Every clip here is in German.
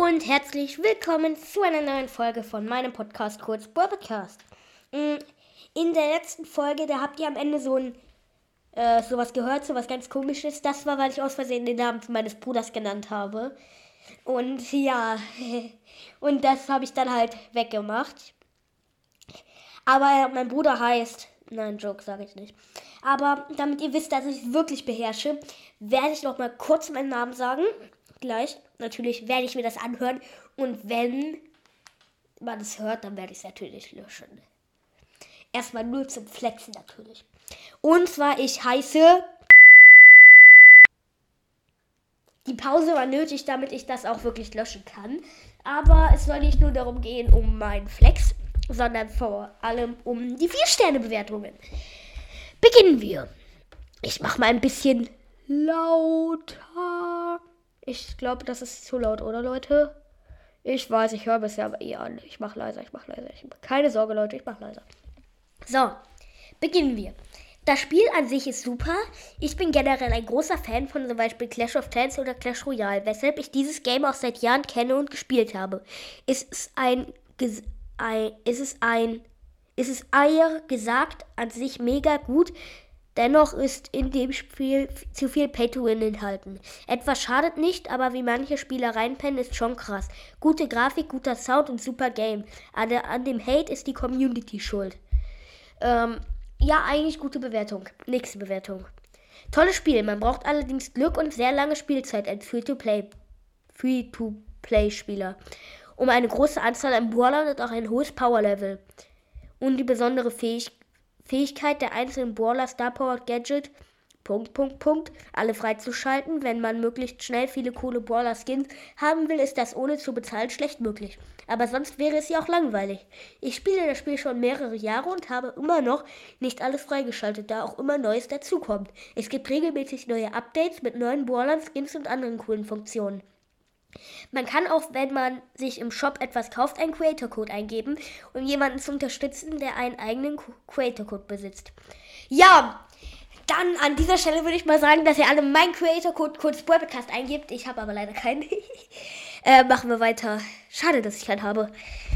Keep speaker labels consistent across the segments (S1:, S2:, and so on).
S1: und herzlich willkommen zu einer neuen Folge von meinem Podcast, kurz Podcast. In der letzten Folge, da habt ihr am Ende sowas gehört, sowas ganz Komisches. Das war, weil ich aus Versehen den Namen meines Bruders genannt habe. Und ja, und das habe ich dann halt weggemacht. Aber mein Bruder heißt... Nein, Joke sage ich nicht. Aber damit ihr wisst, dass ich es wirklich beherrsche, werde ich noch mal kurz meinen Namen sagen. Gleich. Natürlich werde ich mir das anhören. Und wenn man es hört, dann werde ich es natürlich löschen. Erstmal nur zum Flexen natürlich. Und zwar, ich heiße... Die Pause war nötig, damit ich das auch wirklich löschen kann. Aber es soll nicht nur darum gehen, um meinen Flex, sondern vor allem um die 4-Sterne-Bewertungen. Beginnen wir. Ich mache mal ein bisschen lauter. Ich glaube, das ist zu laut, oder Leute? Ich weiß, ich höre bisher aber an. Ich mache leiser. Keine Sorge, Leute, ich mache leiser. So, beginnen wir. Das Spiel an sich ist super. Ich bin generell ein großer Fan von zum Beispiel Clash of Clans oder Clash Royale, weshalb ich dieses Game auch seit Jahren kenne und gespielt habe. Es ist eher gesagt an sich mega gut, dennoch ist in dem Spiel zu viel Pay-to-Win enthalten. Etwas schadet nicht, aber wie manche Spieler reinpennen, ist schon krass. Gute Grafik, guter Sound und super Game. An dem Hate ist die Community schuld. Ja, eigentlich gute Bewertung. Nächste Bewertung. Tolles Spiel, man braucht allerdings Glück und sehr lange Spielzeit als Free-to-Play-Spieler. Um eine große Anzahl an Brawlern und auch ein hohes Power-Level. Und die besondere Fähigkeit der einzelnen Brawler Star-Powered Gadget, alle freizuschalten, wenn man möglichst schnell viele coole Brawler-Skins haben will, ist das ohne zu bezahlen schlecht möglich. Aber sonst wäre es ja auch langweilig. Ich spiele das Spiel schon mehrere Jahre und habe immer noch nicht alles freigeschaltet, da auch immer Neues dazukommt. Es gibt regelmäßig neue Updates mit neuen Brawlern, Skins und anderen coolen Funktionen. Man kann auch, wenn man sich im Shop etwas kauft, einen Creator-Code eingeben, um jemanden zu unterstützen, der einen eigenen Creator-Code besitzt. Ja, dann an dieser Stelle würde ich mal sagen, dass ihr alle meinen Creator-Code kurz Podcast eingebt. Ich habe aber leider keinen. Machen wir weiter. Schade, dass ich keinen habe.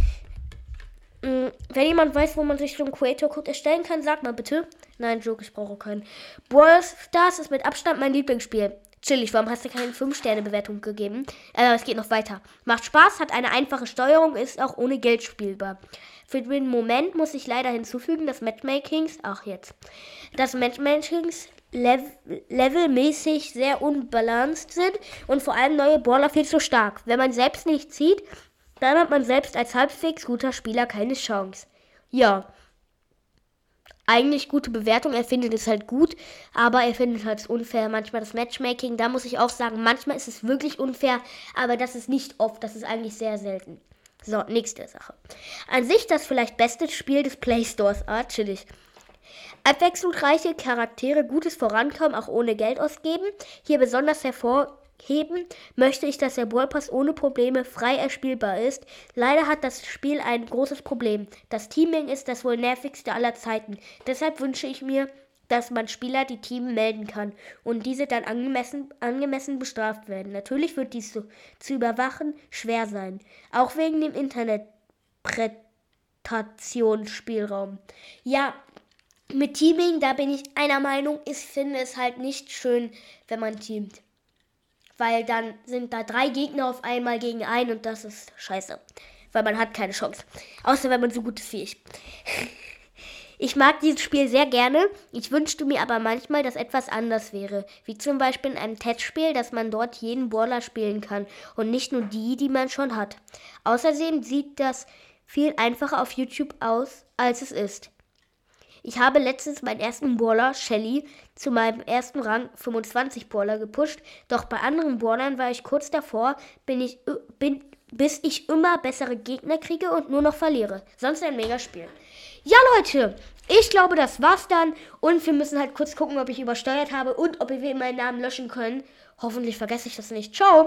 S1: Wenn jemand weiß, wo man sich so einen Creator-Code erstellen kann, sagt mal bitte. Nein, Joke, ich brauche keinen. Brawl Stars ist mit Abstand mein Lieblingsspiel. Chillig, warum hast du keine 5-Sterne-Bewertung gegeben? Es geht noch weiter. Macht Spaß, hat eine einfache Steuerung, ist auch ohne Geld spielbar. Für den Moment muss ich leider hinzufügen, dass Matchmakings levelmäßig sehr unbalanced sind und vor allem neue Brawler viel zu stark. Wenn man selbst nicht zieht, dann hat man selbst als halbwegs guter Spieler keine Chance. Ja. Eigentlich gute Bewertung, er findet es halt gut, aber er findet halt unfair. Manchmal das Matchmaking, da muss ich auch sagen, manchmal ist es wirklich unfair, aber das ist nicht oft, das ist eigentlich sehr selten. So, nächste Sache. An sich das vielleicht beste Spiel des Play Stores, chillig. Abwechslungsreiche Charaktere, gutes Vorankommen, auch ohne Geld ausgeben. Hier besonders hervorheben möchte ich, dass der Brawl Pass ohne Probleme frei erspielbar ist. Leider hat das Spiel ein großes Problem. Das Teaming ist das wohl nervigste aller Zeiten. Deshalb wünsche ich mir, dass man Spieler die Team melden kann und diese dann angemessen bestraft werden. Natürlich wird dies zu überwachen schwer sein. Auch wegen dem Interpretationsspielraum. Ja, mit Teaming, da bin ich einer Meinung, ich finde es halt nicht schön, wenn man teamt. Weil dann sind da 3 Gegner auf einmal gegen einen und das ist scheiße. Weil man hat keine Chance. Außer wenn man so gut ist wie ich. Ich mag dieses Spiel sehr gerne. Ich wünschte mir aber manchmal, dass etwas anders wäre. Wie zum Beispiel in einem Testspiel, dass man dort jeden Brawler spielen kann. Und nicht nur die man schon hat. Außerdem sieht das viel einfacher auf YouTube aus, als es ist. Ich habe letztens meinen ersten Brawler, Shelly, zu meinem ersten Rang 25 Brawler gepusht, doch bei anderen Brawlern war ich kurz davor, bis ich immer bessere Gegner kriege und nur noch verliere. Sonst ein Mega-Spiel. Ja, Leute, ich glaube, das war's dann und wir müssen halt kurz gucken, ob ich übersteuert habe und ob wir meinen Namen löschen können. Hoffentlich vergesse ich das nicht. Ciao!